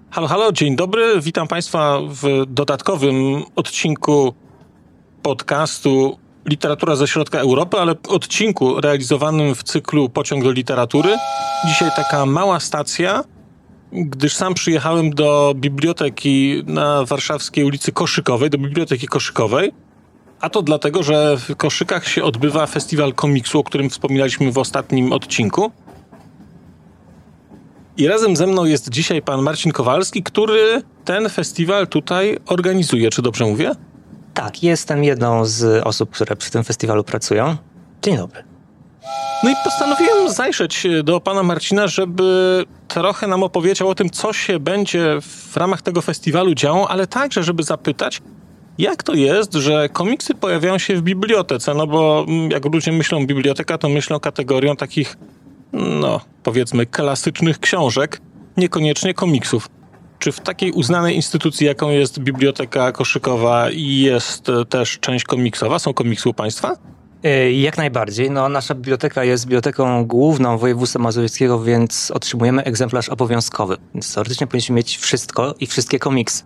Halo, halo, dzień dobry. Witam Państwa w dodatkowym odcinku podcastu Literatura ze Środka Europy, ale odcinku realizowanym w cyklu Pociąg do literatury. Dzisiaj taka mała stacja, gdyż sam przyjechałem do biblioteki na warszawskiej ulicy Koszykowej, do Biblioteki Koszykowej. A to dlatego, że w Koszykach się odbywa festiwal komiksu, o którym wspominaliśmy w ostatnim odcinku. I razem ze mną jest dzisiaj pan Marcin Kowalski, który ten festiwal tutaj organizuje. Czy dobrze mówię? Tak, jestem jedną z osób, które przy tym festiwalu pracują. Dzień dobry. No i postanowiłem zajrzeć do pana Marcina, żeby trochę nam opowiedział o tym, co się będzie w ramach tego festiwalu działo, ale także, żeby zapytać, jak to jest, że komiksy pojawiają się w bibliotece? No bo jak ludzie myślą biblioteka, to myślą kategorią takich, no powiedzmy, klasycznych książek, niekoniecznie komiksów. Czy w takiej uznanej instytucji, jaką jest Biblioteka Koszykowa, jest też część komiksowa? Są komiksy u państwa? Jak najbardziej. No, nasza biblioteka jest biblioteką główną województwa mazowieckiego, więc otrzymujemy egzemplarz obowiązkowy. Więc teoretycznie powinniśmy mieć wszystko i wszystkie komiksy.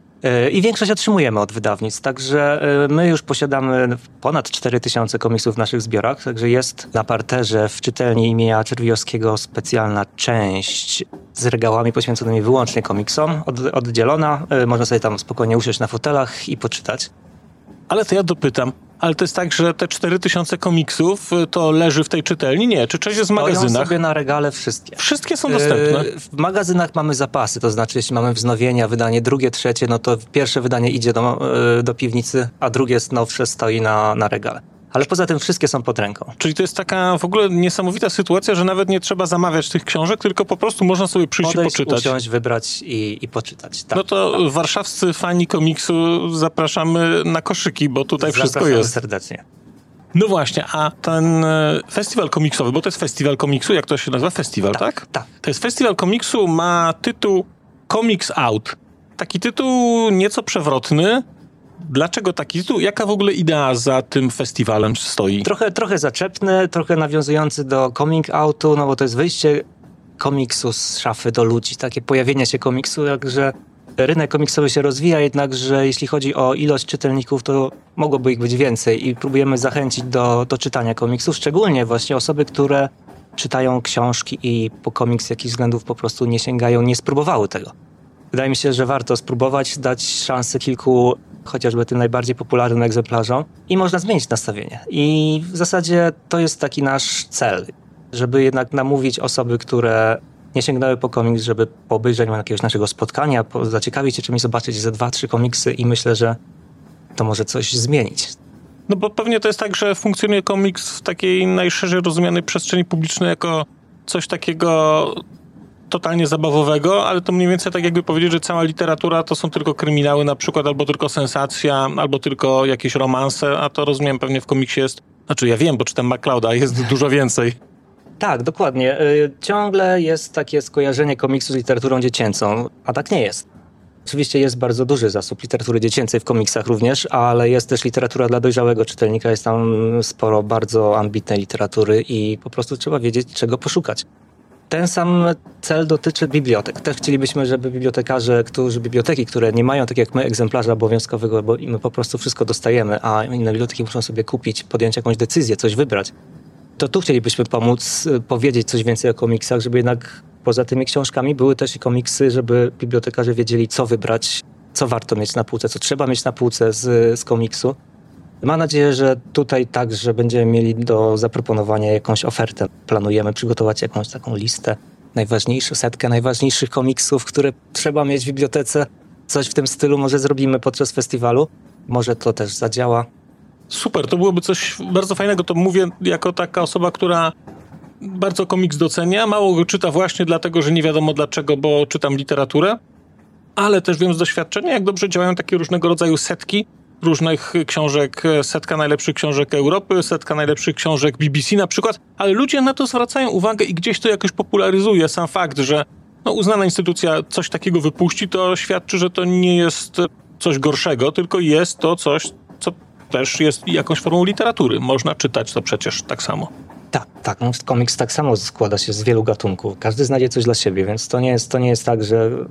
I większość otrzymujemy od wydawnictw, także my już posiadamy ponad 4000 komiksów w naszych zbiorach, także jest na parterze w czytelni imienia Czerwiowskiego specjalna część z regałami poświęconymi wyłącznie komiksom, oddzielona. Można sobie tam spokojnie usiąść na fotelach i poczytać. Ale to ja dopytam, ale to jest tak, że te 4000 komiksów to leży w tej czytelni? Nie, czy część jest w magazynach? Stoją sobie na regale wszystkie. Wszystkie są dostępne? W magazynach mamy zapasy, to znaczy jeśli mamy wznowienia, wydanie drugie, trzecie, no to pierwsze wydanie idzie do piwnicy, a drugie nowsze stoi na regale. Ale poza tym wszystkie są pod ręką. Czyli to jest taka w ogóle niesamowita sytuacja, że nawet nie trzeba zamawiać tych książek, tylko po prostu można sobie przyjść i poczytać. Usiąść, wybrać i poczytać. Tak, no to tak. Warszawscy fani komiksu zapraszamy na Koszyki, bo tutaj wszystko jest. Serdecznie. No właśnie, a ten festiwal komiksowy, bo to jest festiwal komiksu, jak to się nazywa? Festiwal, tak? Tak. To jest festiwal komiksu, ma tytuł Comics Out. Taki tytuł nieco przewrotny. Dlaczego taki tytuł? Jaka w ogóle idea za tym festiwalem stoi? Trochę zaczepny, trochę nawiązujący do coming outu, no bo to jest wyjście komiksu z szafy do ludzi, takie pojawienie się komiksu, jakże rynek komiksowy się rozwija, jednakże jeśli chodzi o ilość czytelników, to mogłoby ich być więcej i próbujemy zachęcić do czytania komiksów, szczególnie właśnie osoby, które czytają książki i po komiks z jakichś względów po prostu nie sięgają, nie spróbowały tego. Wydaje mi się, że warto spróbować, dać szansę kilku, chociażby tym najbardziej popularnym egzemplarzom i można zmienić nastawienie. I w zasadzie to jest taki nasz cel, żeby jednak namówić osoby, które nie sięgnęły po komiks, żeby po obejrzeniu jakiegoś naszego spotkania, zaciekawić się czymś, zobaczyć ze 2-3 komiksy i myślę, że to może coś zmienić. No bo pewnie to jest tak, że funkcjonuje komiks w takiej najszerzej rozumianej przestrzeni publicznej jako coś takiego totalnie zabawowego, ale to mniej więcej tak jakby powiedzieć, że cała literatura to są tylko kryminały na przykład, albo tylko sensacja, albo tylko jakieś romanse, a to rozumiem pewnie w komiksie jest, znaczy ja wiem, bo czytam MacLeoda, jest dużo więcej. Tak, dokładnie. Ciągle jest takie skojarzenie komiksu z literaturą dziecięcą, a tak nie jest. Oczywiście jest bardzo duży zasób literatury dziecięcej w komiksach również, ale jest też literatura dla dojrzałego czytelnika, jest tam sporo bardzo ambitnej literatury i po prostu trzeba wiedzieć, czego poszukać. Ten sam cel dotyczy bibliotek. Też chcielibyśmy, żeby biblioteki, które nie mają tak jak my egzemplarza obowiązkowego, bo my po prostu wszystko dostajemy, a inne biblioteki muszą sobie kupić, podjąć jakąś decyzję, coś wybrać. To tu chcielibyśmy pomóc, powiedzieć coś więcej o komiksach, żeby jednak poza tymi książkami były też i komiksy, żeby bibliotekarze wiedzieli, co wybrać, co warto mieć na półce, co trzeba mieć na półce z komiksu. Mam nadzieję, że tutaj także będziemy mieli do zaproponowania jakąś ofertę. Planujemy przygotować jakąś taką listę, setkę najważniejszych komiksów, które trzeba mieć w bibliotece. Coś w tym stylu może zrobimy podczas festiwalu. Może to też zadziała. Super, to byłoby coś bardzo fajnego. To mówię jako taka osoba, która bardzo komiks docenia. Mało go czyta właśnie dlatego, że nie wiadomo dlaczego, bo czytam literaturę. Ale też wiem z doświadczenia, jak dobrze działają takie różnego rodzaju setki różnych książek, setka najlepszych książek Europy, setka najlepszych książek BBC na przykład, ale ludzie na to zwracają uwagę i gdzieś to jakoś popularyzuje. Sam fakt, że uznana instytucja coś takiego wypuści, to świadczy, że to nie jest coś gorszego, tylko jest to coś, co też jest jakąś formą literatury. Można czytać to przecież tak samo. Tak. Komiks tak samo składa się z wielu gatunków. Każdy znajdzie coś dla siebie, więc to nie jest tak, że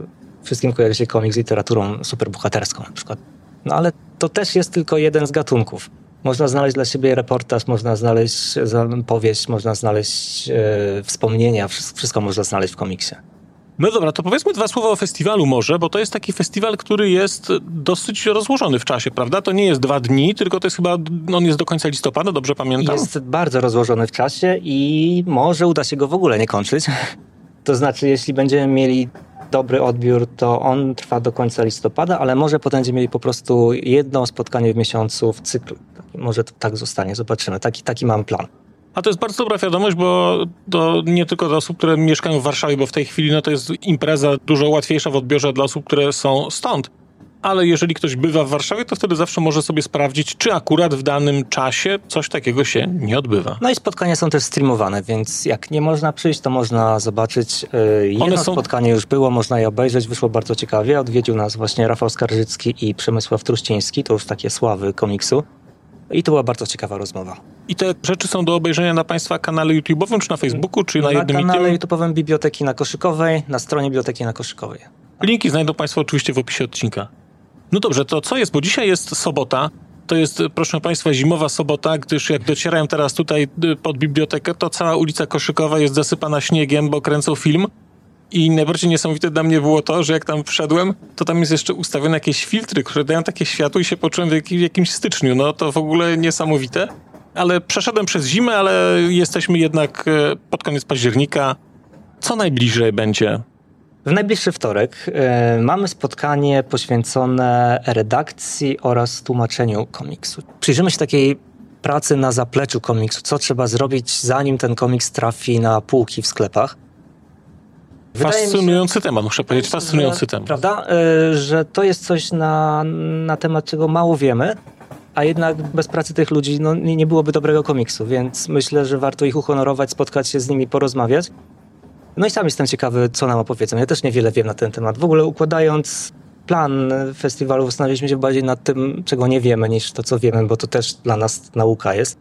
Wszystkim kojarzy się komiks z literaturą superbohaterską na przykład. No ale to też jest tylko jeden z gatunków. Można znaleźć dla siebie reportaż, można znaleźć powieść, można znaleźć wspomnienia, wszystko można znaleźć w komiksie. No dobra, to powiedzmy 2 słowa o festiwalu może, bo to jest taki festiwal, który jest dosyć rozłożony w czasie, prawda? To nie jest 2 dni, tylko to jest chyba, on jest do końca listopada, dobrze pamiętam? Jest bardzo rozłożony w czasie i może uda się go w ogóle nie kończyć. To znaczy, jeśli będziemy mieli dobry odbiór, to on trwa do końca listopada, ale może potem będziemy mieli po prostu jedno spotkanie w miesiącu w cyklu. Może to tak zostanie, zobaczymy. Taki mam plan. A to jest bardzo dobra wiadomość, bo to nie tylko dla osób, które mieszkają w Warszawie, bo w tej chwili no to jest impreza dużo łatwiejsza w odbiorze dla osób, które są stąd. Ale jeżeli ktoś bywa w Warszawie, to wtedy zawsze może sobie sprawdzić, czy akurat w danym czasie coś takiego się nie odbywa. No i spotkania są też streamowane, więc jak nie można przyjść, to można zobaczyć. Jedno spotkanie już było, można je obejrzeć, wyszło bardzo ciekawie. Odwiedził nas właśnie Rafał Skarżycki i Przemysław Truściński, to już takie sławy komiksu. I to była bardzo ciekawa rozmowa. I te rzeczy są do obejrzenia na Państwa kanale YouTube'owym, czy na Facebooku, czy na jednym i tym? Na kanale YouTube'owym Biblioteki na Koszykowej, na stronie Biblioteki na Koszykowej. Linki znajdą Państwo oczywiście w opisie odcinka. No dobrze, to co jest? Bo dzisiaj jest sobota. To jest, proszę Państwa, zimowa sobota, gdyż jak docierałem teraz tutaj pod bibliotekę, to cała ulica Koszykowa jest zasypana śniegiem, bo kręcą film. I najbardziej niesamowite dla mnie było to, że jak tam wszedłem, to tam jest jeszcze ustawione jakieś filtry, które dają takie światło i się poczułem w jakimś styczniu. No to w ogóle niesamowite. Ale przeszedłem przez zimę, ale jesteśmy jednak pod koniec października. Co najbliżej będzie? W najbliższy wtorek mamy spotkanie poświęcone redakcji oraz tłumaczeniu komiksu. Przyjrzymy się takiej pracy na zapleczu komiksu, co trzeba zrobić, zanim ten komiks trafi na półki w sklepach. Fascynujący temat, muszę powiedzieć, fascynujący temat. Prawda, że to jest coś na temat, czego mało wiemy, a jednak bez pracy tych ludzi no, nie byłoby dobrego komiksu, więc myślę, że warto ich uhonorować, spotkać się z nimi, porozmawiać. No i sam jestem ciekawy, co nam opowiedzą. Ja też niewiele wiem na ten temat. W ogóle układając plan festiwalu, zastanawialiśmy się bardziej nad tym, czego nie wiemy, niż to, co wiemy, bo to też dla nas nauka jest.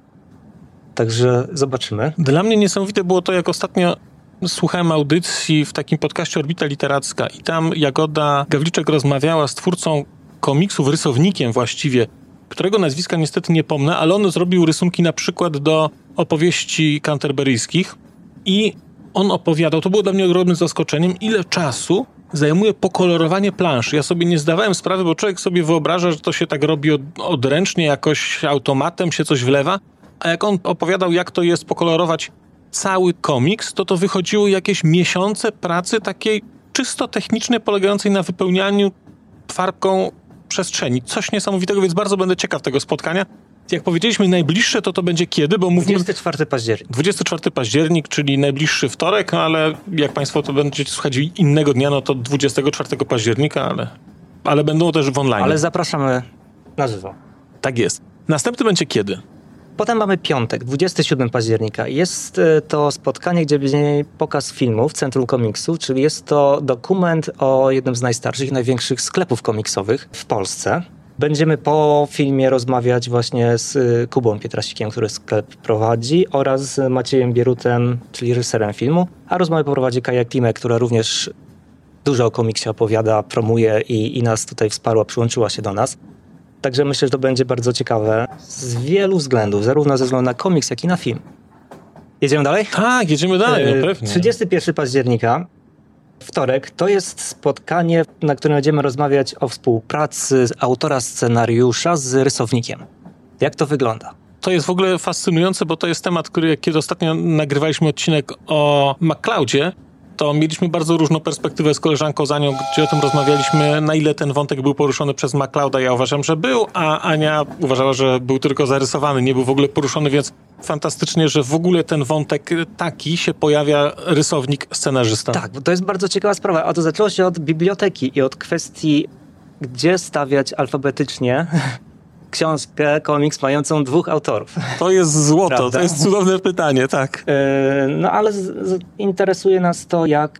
Także zobaczymy. Dla mnie niesamowite było to, jak ostatnio słuchałem audycji w takim podcaście Orbita Literacka i tam Jagoda Gawliczek rozmawiała z twórcą komiksów, rysownikiem właściwie, którego nazwiska niestety nie pomnę, ale on zrobił rysunki na przykład do opowieści canterburyjskich i on opowiadał, to było dla mnie ogromnym zaskoczeniem, ile czasu zajmuje pokolorowanie planszy. Ja sobie nie zdawałem sprawy, bo człowiek sobie wyobraża, że to się tak robi odręcznie, jakoś automatem się coś wlewa, a jak on opowiadał, jak to jest pokolorować cały komiks, to wychodziło jakieś miesiące pracy takiej czysto technicznej, polegającej na wypełnianiu farbką przestrzeni. Coś niesamowitego, więc bardzo będę ciekaw tego spotkania. Jak powiedzieliśmy, najbliższe to będzie kiedy? Bo mówimy 24 październik. 24 październik, czyli najbliższy wtorek, no ale jak Państwo to będziecie słuchać innego dnia, no to 24 października, ale będą też w online. Ale zapraszamy na żywo. Tak jest. Następny będzie kiedy? Potem mamy piątek, 27 października. Jest to spotkanie, gdzie będzie pokaz filmu w Centrum Komiksu, czyli jest to dokument o jednym z najstarszych i największych sklepów komiksowych w Polsce. Będziemy po filmie rozmawiać właśnie z Kubą Pietrasikiem, który sklep prowadzi, oraz z Maciejem Bierutem, czyli reżyserem filmu, a rozmowę poprowadzi Kaja Klimek, która również dużo o komiksie opowiada, promuje i nas tutaj wsparła, przyłączyła się do nas. Także myślę, że to będzie bardzo ciekawe z wielu względów, zarówno ze względu na komiks, jak i na film. Jedziemy dalej? Tak, jedziemy dalej, no pewnie. 31 października, wtorek, to jest spotkanie, na którym będziemy rozmawiać o współpracy autora scenariusza z rysownikiem. Jak to wygląda? To jest w ogóle fascynujące, bo to jest temat, który kiedy ostatnio nagrywaliśmy odcinek o McCloudzie, to mieliśmy bardzo różną perspektywę z koleżanką Anią, gdzie o tym rozmawialiśmy, na ile ten wątek był poruszony przez McClouda. Ja uważam, że był, a Ania uważała, że był tylko zarysowany, nie był w ogóle poruszony, więc fantastycznie, że w ogóle ten wątek taki się pojawia, rysownik, scenarzysta. Tak, bo to jest bardzo ciekawa sprawa, a to zaczęło się od biblioteki i od kwestii, gdzie stawiać alfabetycznie książkę, komiks mającą 2 autorów. To jest złoto, Prawda? to jest cudowne pytanie, tak. No ale interesuje nas to, jak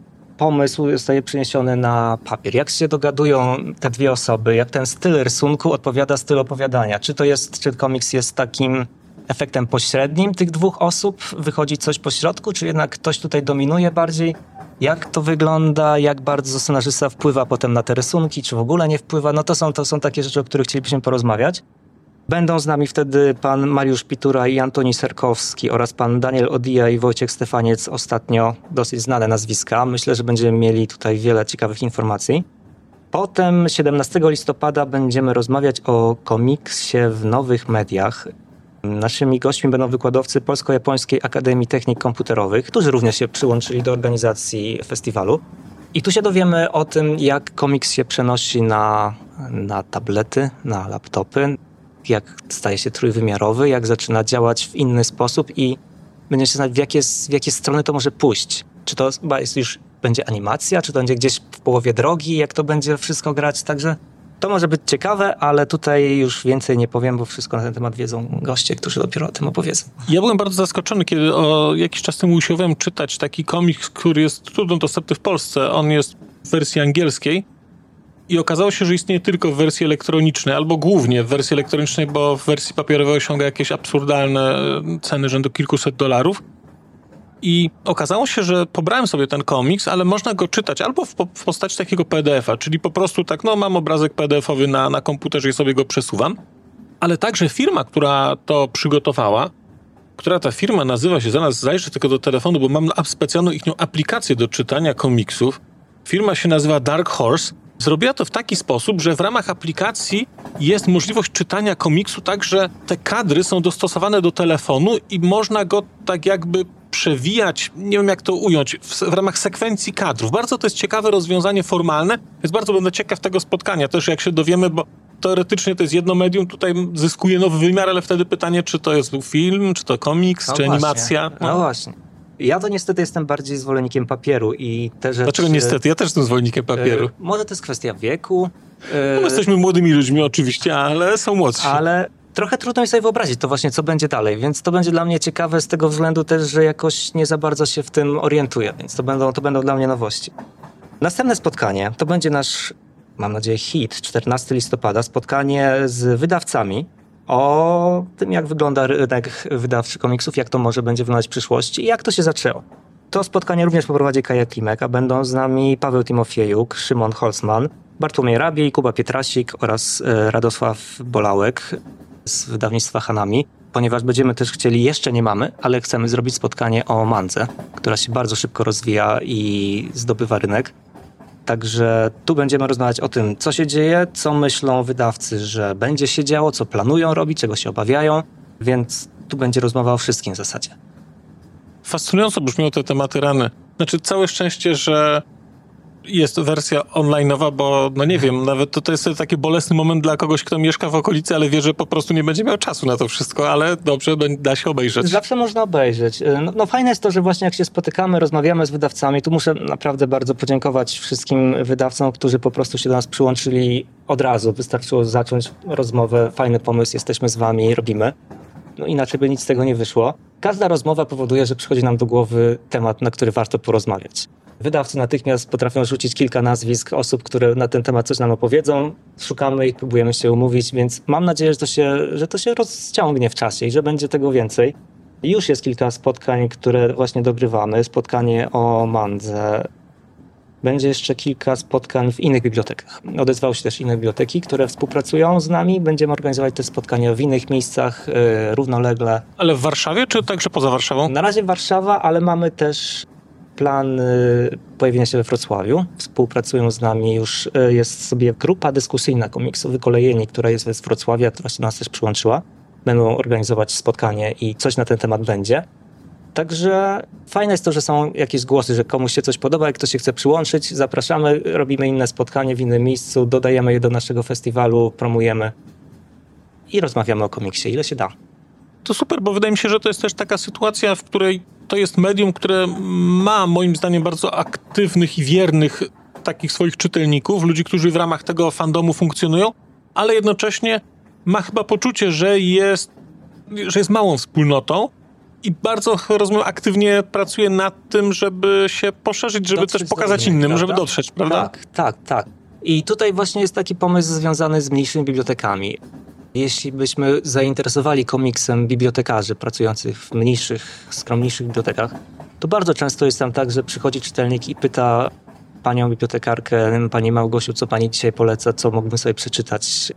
pomysł zostaje przeniesiony na papier. Jak się dogadują te 2 osoby, jak ten styl rysunku odpowiada stylu opowiadania. Czy komiks jest takim efektem pośrednim tych 2 osób, wychodzi coś po środku, czy jednak ktoś tutaj dominuje bardziej. Jak to wygląda, jak bardzo scenarzysta wpływa potem na te rysunki, czy w ogóle nie wpływa, no to są takie rzeczy, o których chcielibyśmy porozmawiać. Będą z nami wtedy pan Mariusz Pitura i Antoni Serkowski oraz pan Daniel Odija i Wojciech Stefaniec, ostatnio dosyć znane nazwiska. Myślę, że będziemy mieli tutaj wiele ciekawych informacji. Potem 17 listopada będziemy rozmawiać o komiksie w nowych mediach. Naszymi gośćmi będą wykładowcy Polsko-Japońskiej Akademii Technik Komputerowych, którzy również się przyłączyli do organizacji festiwalu. I tu się dowiemy o tym, jak komiks się przenosi na tablety, na laptopy, jak staje się trójwymiarowy, jak zaczyna działać w inny sposób i będziemy się zastanawiać, w jakie strony to może pójść. Czy to już będzie animacja, czy to będzie gdzieś w połowie drogi, jak to będzie wszystko grać. Także to może być ciekawe, ale tutaj już więcej nie powiem, bo wszystko na ten temat wiedzą goście, którzy dopiero o tym opowiedzą. Ja byłem bardzo zaskoczony, kiedy jakiś czas temu usiłowałem czytać taki komiks, który jest trudno dostępny w Polsce. On jest w wersji angielskiej i okazało się, że istnieje tylko w wersji elektronicznej, albo głównie w wersji elektronicznej, bo w wersji papierowej osiąga jakieś absurdalne ceny rzędu kilkuset dolarów. I okazało się, że pobrałem sobie ten komiks, ale można go czytać albo w postaci takiego PDF-a, czyli po prostu tak, mam obrazek PDF-owy na komputerze i sobie go przesuwam. Ale także firma, która to przygotowała, która ta firma nazywa się, zaraz zajrzę tylko do telefonu, bo mam specjalną ich aplikację do czytania komiksów. Firma się nazywa Dark Horse. Zrobiła to w taki sposób, że w ramach aplikacji jest możliwość czytania komiksu tak, że te kadry są dostosowane do telefonu i można go tak jakby przewijać, nie wiem jak to ująć, w ramach sekwencji kadrów. Bardzo to jest ciekawe rozwiązanie formalne, więc bardzo będę ciekaw tego spotkania też, jak się dowiemy, bo teoretycznie to jest jedno medium, tutaj zyskuje nowy wymiar, ale wtedy pytanie, czy to jest film, czy to komiks, czy animacja. No właśnie. Ja to niestety jestem bardziej zwolennikiem papieru i te rzeczy... Dlaczego niestety? Ja też jestem zwolennikiem papieru. Może to jest kwestia wieku. My jesteśmy młodymi ludźmi oczywiście, ale są młodsi. Ale trochę trudno mi sobie wyobrazić to właśnie, co będzie dalej, więc to będzie dla mnie ciekawe z tego względu też, że jakoś nie za bardzo się w tym orientuję, więc to będą dla mnie nowości. Następne spotkanie to będzie nasz, mam nadzieję, hit, 14 listopada, spotkanie z wydawcami o tym, jak wygląda rynek wydawczy komiksów, jak to może będzie wyglądać w przyszłości i jak to się zaczęło. To spotkanie również poprowadzi Kaja Klimek, a będą z nami Paweł Timofiejuk, Szymon Holzman, Bartłomiej Rabiej, Kuba Pietrasik oraz Radosław Bolałek z wydawnictwa Hanami, ponieważ będziemy też chcieli, jeszcze nie mamy, ale chcemy zrobić spotkanie o mandze, która się bardzo szybko rozwija i zdobywa rynek. Także tu będziemy rozmawiać o tym, co się dzieje, co myślą wydawcy, że będzie się działo, co planują robić, czego się obawiają, więc tu będzie rozmowa o wszystkim w zasadzie. Fascynująco brzmią te tematy rany. Znaczy całe szczęście, że jest wersja online'owa, bo nie wiem, nawet to jest taki bolesny moment dla kogoś, kto mieszka w okolicy, ale wie, że po prostu nie będzie miał czasu na to wszystko, ale dobrze, da się obejrzeć. Zawsze można obejrzeć. No fajne jest to, że właśnie jak się spotykamy, rozmawiamy z wydawcami, tu muszę naprawdę bardzo podziękować wszystkim wydawcom, którzy po prostu się do nas przyłączyli od razu. Wystarczyło zacząć rozmowę, fajny pomysł, jesteśmy z wami, robimy. No inaczej by nic z tego nie wyszło. Każda rozmowa powoduje, że przychodzi nam do głowy temat, na który warto porozmawiać. Wydawcy natychmiast potrafią rzucić kilka nazwisk osób, które na ten temat coś nam opowiedzą. Szukamy ich, próbujemy się umówić, więc mam nadzieję, że to się rozciągnie w czasie i że będzie tego więcej. Już jest kilka spotkań, które właśnie dogrywamy. Spotkanie o mandze. Będzie jeszcze kilka spotkań w innych bibliotekach. Odezwały się też inne biblioteki, które współpracują z nami. Będziemy organizować te spotkania w innych miejscach równolegle. Ale w Warszawie, czy także poza Warszawą? Na razie Warszawa, ale mamy też plan pojawienia się we Wrocławiu. Współpracują z nami już, jest sobie grupa dyskusyjna komiksu Wykolejeni, która jest z Wrocławia, która się do nas też przyłączyła. Będą organizować spotkanie i coś na ten temat będzie. Także fajne jest to, że są jakieś głosy, że komuś się coś podoba, jak ktoś się chce przyłączyć, zapraszamy, robimy inne spotkanie w innym miejscu, dodajemy je do naszego festiwalu, promujemy i rozmawiamy o komiksie, ile się da. To super, bo wydaje mi się, że to jest też taka sytuacja, w której to jest medium, które ma moim zdaniem bardzo aktywnych i wiernych takich swoich czytelników, ludzi, którzy w ramach tego fandomu funkcjonują, ale jednocześnie ma chyba poczucie, że jest małą wspólnotą i bardzo, rozumiem, aktywnie pracuje nad tym, żeby się poszerzyć, żeby też pokazać innym, prawda? Żeby dotrzeć, prawda? Tak. I tutaj właśnie jest taki pomysł związany z mniejszymi bibliotekami. Jeśli byśmy zainteresowali komiksem bibliotekarzy pracujących w mniejszych, skromniejszych bibliotekach, to bardzo często jest tam tak, że przychodzi czytelnik i pyta panią bibliotekarkę, pani Małgosiu, co pani dzisiaj poleca, co mógłbym sobie przeczytać.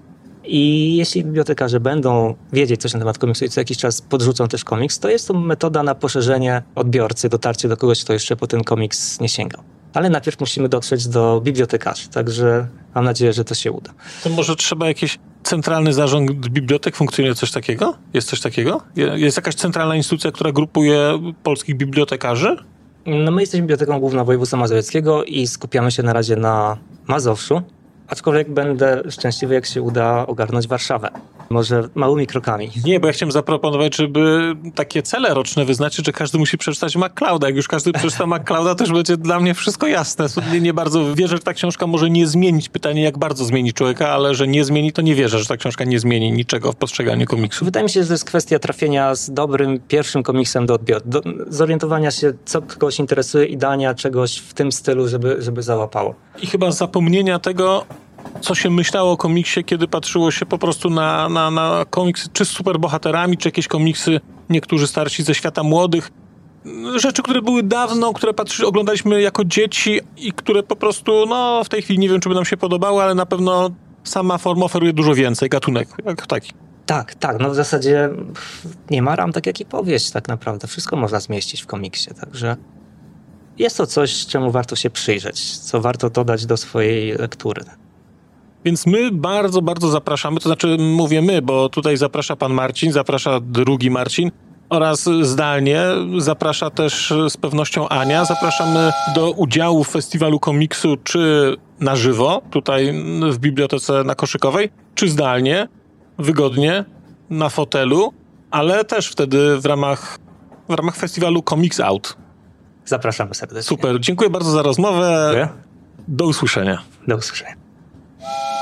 I jeśli bibliotekarze będą wiedzieć coś na temat komiksu i co jakiś czas podrzucą też komiks, to jest to metoda na poszerzenie odbiorcy, dotarcie do kogoś, kto jeszcze po ten komiks nie sięgał. Ale najpierw musimy dotrzeć do bibliotekarzy, także mam nadzieję, że to się uda. To może trzeba jakiś centralny zarząd bibliotek? Funkcjonuje coś takiego? Jest coś takiego? Jest jakaś centralna instytucja, która grupuje polskich bibliotekarzy? No my jesteśmy Biblioteką Główną Województwa Mazowieckiego i skupiamy się na razie na Mazowszu, aczkolwiek będę szczęśliwy, jak się uda ogarnąć Warszawę. Może małymi krokami. Nie, bo ja chciałem zaproponować, żeby takie cele roczne wyznaczyć, że każdy musi przeczytać MacLeoda. Jak już każdy przeczyta MacLeoda, to już będzie dla mnie wszystko jasne. Nie bardzo wierzę, że ta książka może nie zmienić. Pytanie, jak bardzo zmieni człowieka, ale że nie zmieni, to nie wierzę, że ta książka nie zmieni niczego w postrzeganiu komiksu. Wydaje mi się, że to jest kwestia trafienia z dobrym pierwszym komiksem do odbioru. Zorientowania się, co kogoś interesuje i dania czegoś w tym stylu, żeby załapało. I chyba zapomnienia tego, co się myślało o komiksie, kiedy patrzyło się po prostu na komiksy, czy z superbohaterami, czy jakieś komiksy, niektórzy starsi ze świata młodych. Rzeczy, które były dawno, które oglądaliśmy jako dzieci i które po prostu, w tej chwili nie wiem, czy by nam się podobały, ale na pewno sama forma oferuje dużo więcej, gatunek jako taki. Tak, w zasadzie nie ma ram, tak jak i powieść tak naprawdę. Wszystko można zmieścić w komiksie, także jest to coś, czemu warto się przyjrzeć, co warto dodać do swojej lektury. Więc my bardzo, bardzo zapraszamy, to znaczy mówię my, bo tutaj zaprasza pan Marcin, zaprasza drugi Marcin oraz zdalnie zaprasza też z pewnością Ania. Zapraszamy do udziału w festiwalu komiksu czy na żywo, tutaj w bibliotece na Koszykowej, czy zdalnie, wygodnie, na fotelu, ale też wtedy w ramach festiwalu Comics Out. Zapraszamy serdecznie. Super, dziękuję bardzo za rozmowę. Dziękuję. Do usłyszenia. Do usłyszenia.